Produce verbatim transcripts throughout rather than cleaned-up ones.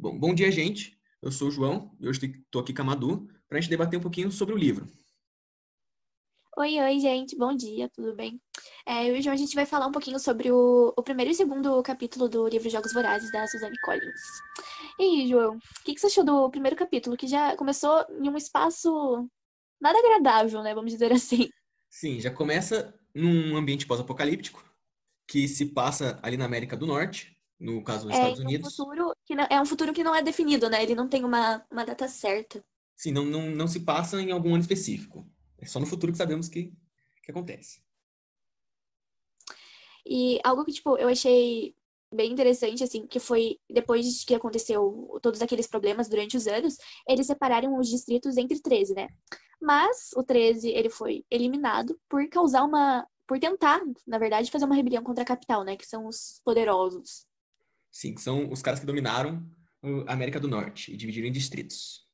Bom, bom dia, gente. Eu sou o João e hoje estou aqui com a Madu para a gente debater um pouquinho sobre o livro. Oi, oi, gente, bom dia, tudo bem? É, hoje a gente vai falar um pouquinho sobre o, o primeiro e segundo capítulo do livro Jogos Vorazes, da Suzanne Collins. E aí, João, o que, que você achou do primeiro capítulo, que já começou em um espaço nada agradável, né, vamos dizer assim? Sim, já começa num ambiente pós-apocalíptico que se passa ali na América do Norte, no caso dos É Estados em um Unidos. futuro que não, é um futuro que não é definido, né, ele não tem uma, uma data certa. Sim, não, não, não se passa em algum ano específico. É só no futuro que sabemos que, que acontece. E algo que, tipo, eu achei bem interessante, assim, que foi depois que aconteceu todos aqueles problemas durante os anos, eles separaram os distritos entre treze, né? Mas o treze, ele foi eliminado por causar uma... por tentar, na verdade, fazer uma rebelião contra a capital, né? Que são os poderosos. Sim, que são os caras que dominaram a América do Norte e dividiram em distritos.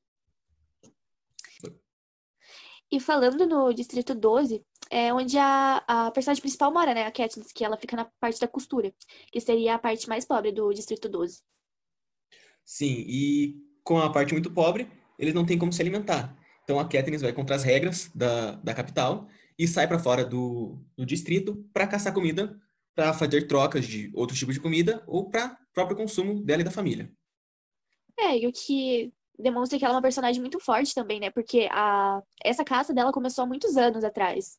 E falando no distrito doze, é onde a, a personagem principal mora, né? A Katniss, que ela fica na parte da costura, que seria a parte mais pobre do distrito doze. Sim, e com a parte muito pobre, eles não têm como se alimentar. Então a Katniss vai contra as regras da, da capital e sai para fora do, do distrito para caçar comida, para fazer trocas de outros tipos de comida ou para próprio consumo dela e da família. É, e o que demonstra que ela é uma personagem muito forte também, né? Porque a... essa caça dela começou há muitos anos atrás.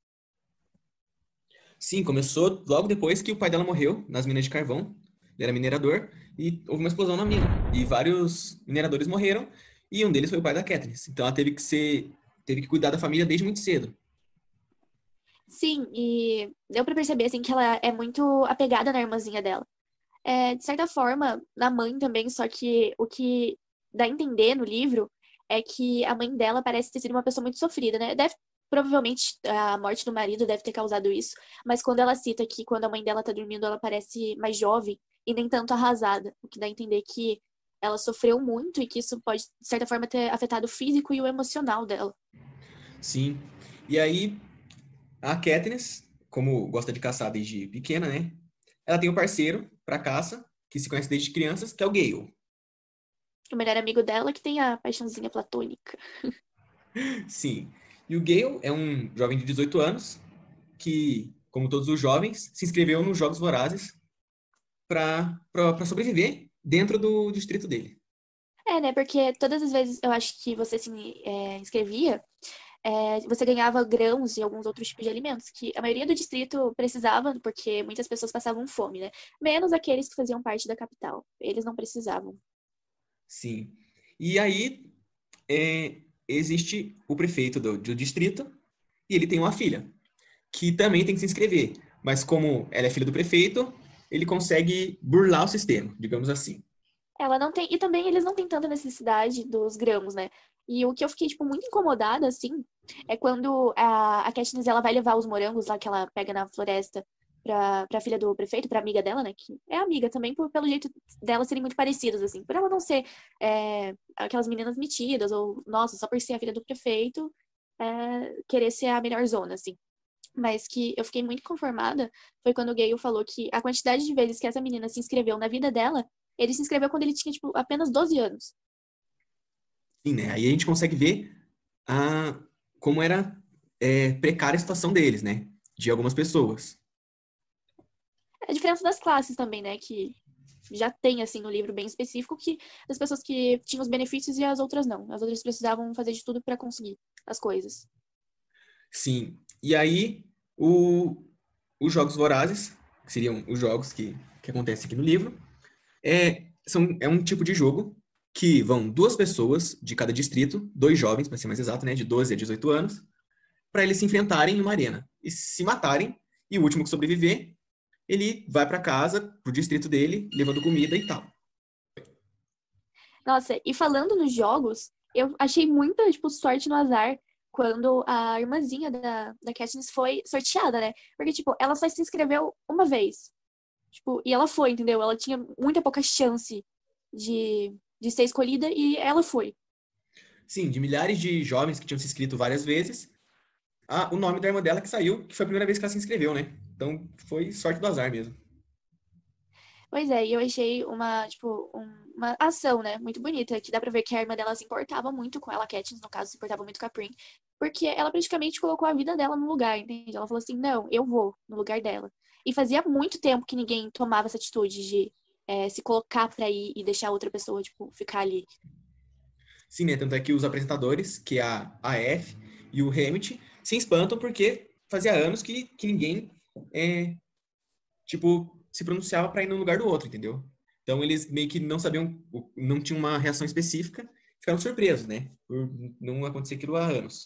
Sim, começou logo depois que o pai dela morreu nas minas de carvão. Ele era minerador e houve uma explosão na mina. E vários mineradores morreram e um deles foi o pai da Katniss. Então ela teve que ser, teve que cuidar da família desde muito cedo. Sim, e deu pra perceber, assim, que ela é muito apegada na irmãzinha dela. É, de certa forma, na mãe também, só que o que dá a entender no livro é que a mãe dela parece ter sido uma pessoa muito sofrida, né? Deve, provavelmente a morte do marido deve ter causado isso, mas quando ela cita que quando a mãe dela tá dormindo, ela parece mais jovem e nem tanto arrasada, o que dá a entender que ela sofreu muito e que isso pode, de certa forma, ter afetado o físico e o emocional dela. Sim. E aí a Katniss, como gosta de caçar desde pequena, né? Ela tem um parceiro para caça, que se conhece desde crianças, que é o Gale. O melhor amigo dela que tem a paixãozinha platônica. Sim. E o Gale é um jovem de dezoito anos que, como todos os jovens, se inscreveu nos Jogos Vorazes para sobreviver dentro do distrito dele. É, né? Porque todas as vezes eu acho que você se é, inscrevia, é, você ganhava grãos e alguns outros tipos de alimentos, que a maioria do distrito precisava, porque muitas pessoas passavam fome, né? Menos aqueles que faziam parte da capital. Eles não precisavam. Sim. E aí é, existe o prefeito do, do distrito e ele tem uma filha, que também tem que se inscrever. Mas como ela é filha do prefeito, ele consegue burlar o sistema, digamos assim. Ela não tem. E também eles não têm tanta necessidade dos grãos, né? E o que eu fiquei, tipo, muito incomodada, assim, é quando a, a Katniss, ela vai levar os morangos lá que ela pega na floresta pra, pra filha do prefeito, pra amiga dela, né? Que é amiga também, por, pelo jeito delas serem muito parecidas, assim. Por ela não ser é, aquelas meninas metidas, ou, nossa, só por ser a filha do prefeito, é, querer ser a melhor zona, assim. Mas que eu fiquei muito conformada foi quando o Gale falou que a quantidade de vezes que essa menina se inscreveu na vida dela, ele se inscreveu quando ele tinha, tipo, apenas doze anos. Sim, né? Aí a gente consegue ver a, como era é, precária a situação deles, né? De algumas pessoas. É a diferença das classes também, né? Que já tem, assim, no livro bem específico, que das pessoas que tinham os benefícios e as outras não. As outras precisavam fazer de tudo para conseguir as coisas. Sim. E aí, o, os Jogos Vorazes, que seriam os jogos que, que acontecem aqui no livro, é, são, é um tipo de jogo que vão duas pessoas de cada distrito, dois jovens, para ser mais exato, né? De doze a dezoito anos, para eles se enfrentarem em uma arena e se matarem, e o último que sobreviver, ele vai para casa, pro distrito dele, levando comida e tal. Nossa, e falando nos jogos, eu achei muita, tipo, sorte no azar quando a irmãzinha da, da Katniss foi sorteada, né? Porque, tipo, ela só se inscreveu uma vez. Tipo, e ela foi, entendeu? Ela tinha muita pouca chance de, de ser escolhida e ela foi. Sim, de milhares de jovens que tinham se inscrito várias vezes, a, o nome da irmã dela que saiu, que foi a primeira vez que ela se inscreveu, né? Então foi sorte do azar mesmo. Pois é, e eu achei uma, tipo, um- uma ação, né, muito bonita, que dá pra ver que a irmã dela se importava muito com ela, a Katniss, no caso, se importava muito com a Prim, porque ela praticamente colocou a vida dela no lugar, entende? Ela falou assim, não, eu vou no lugar dela. E fazia muito tempo que ninguém tomava essa atitude de é, se colocar pra ir e deixar outra pessoa, tipo, ficar ali. Sim, né? Tanto é que os apresentadores, que é a A F e o Hammett, se espantam porque fazia anos que, que ninguém, é, tipo, se pronunciava para ir no lugar do outro, entendeu? Então eles meio que não sabiam, não tinham uma reação específica, ficaram surpresos, né? Por não acontecer aquilo há anos.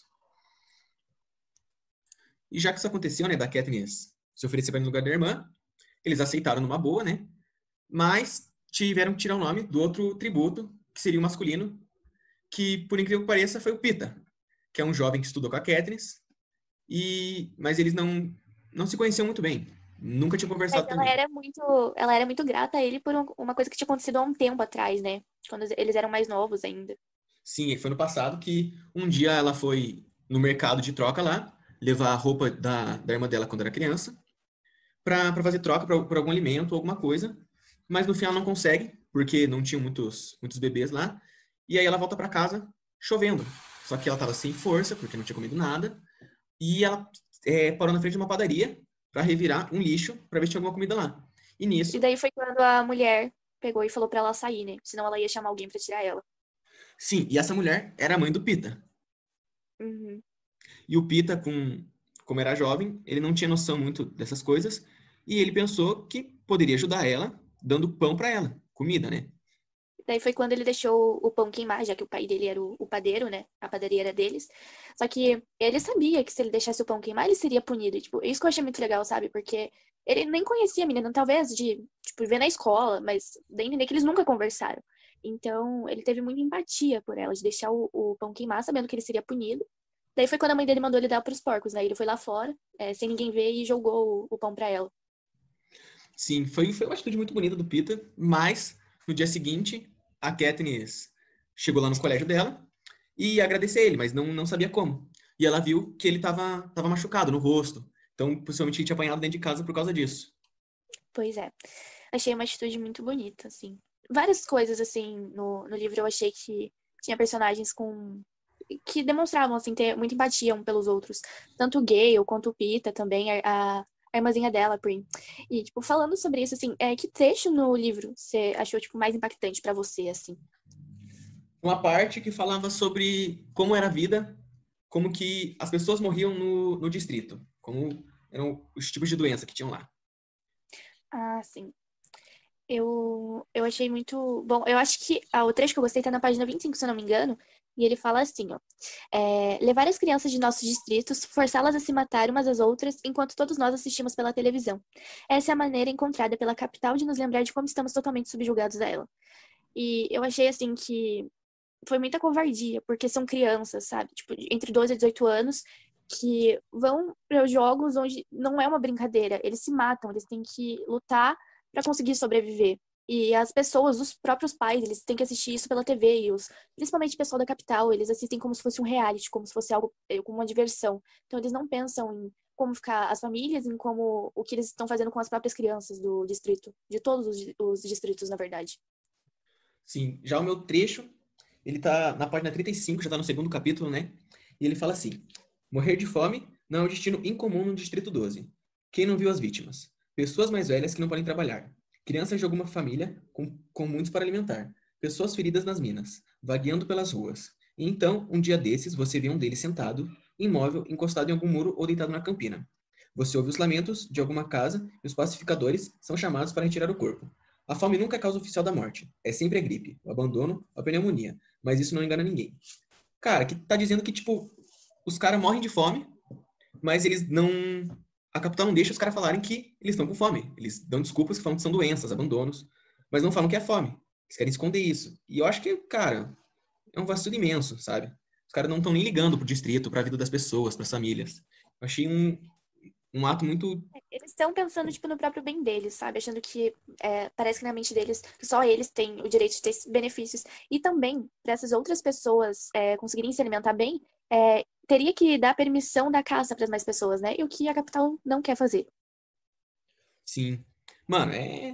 E já que isso aconteceu, né, da Katniss se oferecer para ir no lugar da irmã, eles aceitaram numa boa, né? Mas tiveram que tirar o nome do outro tributo, que seria o masculino, que, por incrível que pareça, foi o Pita, que é um jovem que estudou com a Katniss, e... mas eles não, não se conheciam muito bem. Nunca tinham Mas conversado ela também. era muito, ela era muito grata a ele por um- uma coisa que tinha acontecido há um tempo atrás, né? Quando eles eram mais novos ainda. Sim, foi no passado que um dia ela foi no mercado de troca lá, levar a roupa da, da irmã dela quando era criança, para fazer troca pra, por algum alimento ou alguma coisa, mas no final não consegue, porque não tinha muitos, muitos bebês lá, e aí ela volta para casa chovendo. Só que ela estava sem força, porque não tinha comido nada, e ela é, parou na frente de uma padaria para revirar um lixo para ver se tinha alguma comida lá. E E nisso, daí foi quando a mulher pegou e falou pra ela sair, né? Senão ela ia chamar alguém pra tirar ela. sim, e essa mulher era a mãe do Pita. Uhum. E o Pita, com, como era jovem, ele não tinha noção muito dessas coisas, e ele pensou que poderia ajudar ela dando pão para ela, comida, né? Daí foi quando ele deixou o pão queimar, já que o pai dele era o, o padeiro, né? A padaria era deles. Só que ele sabia que se ele deixasse o pão queimar, ele seria punido. E, tipo, isso que eu achei muito legal, sabe? Porque ele nem conhecia a menina, talvez de, tipo, ver na escola, mas dá a entender que eles nunca conversaram. Então, ele teve muita empatia por ela, de deixar o, o pão queimar, sabendo que ele seria punido. Daí foi quando a mãe dele mandou ele dar pros porcos, né? Ele foi lá fora, é, sem ninguém ver, e jogou o, o pão pra ela. Sim, foi, foi uma atitude muito bonita do Pita, mas no dia seguinte, a Katniss chegou lá no colégio dela e ia agradecer ele, mas não, não sabia como. E ela viu que ele estava tava machucado no rosto, então possivelmente ele tinha apanhado dentro de casa por causa disso. Pois é. Achei uma atitude muito bonita, assim. Várias coisas, assim, no, no livro eu achei que tinha personagens com... que demonstravam, assim, ter muita empatia um pelos outros. Tanto o Gale quanto o Pita também, a, a, a irmãzinha dela, Prim. E, tipo, falando sobre isso, assim, é, que trecho no livro você achou, tipo, mais impactante pra você, assim? Uma parte que falava sobre como era a vida, como que as pessoas morriam no, no distrito, como eram os tipos de doença que tinham lá. Ah, sim. Eu, eu achei muito bom. Eu acho que ah, o trecho que eu gostei tá na página vinte e cinco, se eu não me engano. E ele fala assim, ó. É, levar as crianças de nossos distritos, forçá-las a se matar umas às outras, enquanto todos nós assistimos pela televisão. Essa é a maneira encontrada pela capital de nos lembrar de como estamos totalmente subjugados a ela. E eu achei, assim, que foi muita covardia, porque são crianças, sabe? Tipo, entre doze e dezoito anos, que vão para jogos onde não é uma brincadeira. Eles se matam, eles têm que lutar para conseguir sobreviver. E as pessoas, os próprios pais, eles têm que assistir isso pela T V, e os, principalmente o pessoal da capital, eles assistem como se fosse um reality, como se fosse algo, eh, como uma diversão. Então eles não pensam em como ficar as famílias, em como o que eles estão fazendo com as próprias crianças do distrito, de todos os, os distritos, na verdade. Sim, já o meu trecho, ele tá na página trinta e cinco, já tá no segundo capítulo, né? E ele fala assim: morrer de fome não é um destino incomum no Distrito doze. Quem não viu as vítimas? Pessoas mais velhas que não podem trabalhar. Crianças de alguma família com, com muitos para alimentar. Pessoas feridas nas minas, vagueando pelas ruas. E então, um dia desses, você vê um deles sentado, imóvel, encostado em algum muro ou deitado na campina. Você ouve os lamentos de alguma casa e os pacificadores são chamados para retirar o corpo. A fome nunca é causa oficial da morte. É sempre a gripe, o abandono, a pneumonia. Mas isso não engana ninguém. Cara, que tá dizendo que, tipo, os caras morrem de fome, mas eles não. A capital não deixa os caras falarem que eles estão com fome. Eles dão desculpas que falam que são doenças, abandonos, mas não falam que é fome. Eles querem esconder isso. E eu acho que, cara, é um vacilo imenso, sabe? Os caras não estão nem ligando pro distrito, pra vida das pessoas, pras famílias. Eu achei um, um ato muito. Eles estão pensando, tipo, no próprio bem deles, sabe? Achando que é, parece que na mente deles, que só eles têm o direito de ter esses benefícios. E também, para essas outras pessoas é, conseguirem se alimentar bem, é, teria que dar permissão da caça para as mais pessoas, né? E o que a capital não quer fazer. Sim. Mano, é.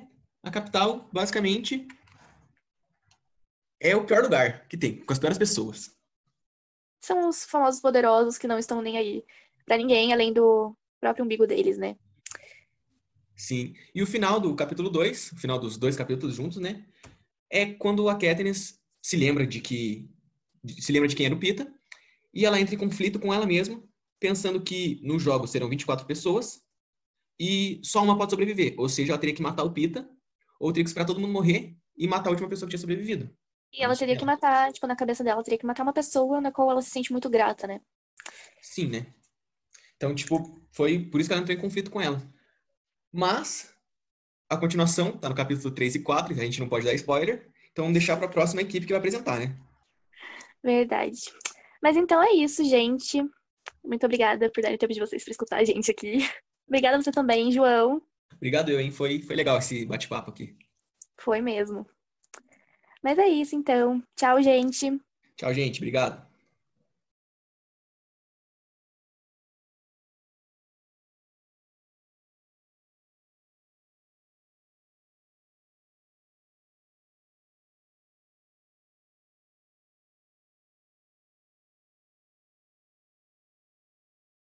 A capital, basicamente, é o pior lugar que tem, com as piores pessoas. São os famosos poderosos que não estão nem aí pra ninguém, além do próprio umbigo deles, né? Sim. E o final do capítulo dois, o final dos dois capítulos juntos, né? É quando a Katniss se lembra de que se lembra de quem era o Pita e ela entra em conflito com ela mesma, pensando que nos jogos serão vinte e quatro pessoas e só uma pode sobreviver. Ou seja, ela teria que matar o Pita, ou teria que esperar todo mundo morrer e matar a última pessoa que tinha sobrevivido. E É um ela teria que dela. matar, tipo, na cabeça dela, teria que matar uma pessoa na qual ela se sente muito grata, né? Sim, né? Então, tipo, foi por isso que ela entrou em conflito com ela. Mas a continuação tá no capítulo três e quatro, que a gente não pode dar spoiler. Então, vamos deixar para a próxima equipe que vai apresentar, né? Verdade. Mas então é isso, gente. Muito obrigada por darem tempo de vocês pra escutar a gente aqui. Obrigada a você também, João. Obrigado, eu, hein? Foi, foi legal esse bate-papo aqui. Foi mesmo. Mas é isso, então. Tchau, gente. Tchau, gente. Obrigado.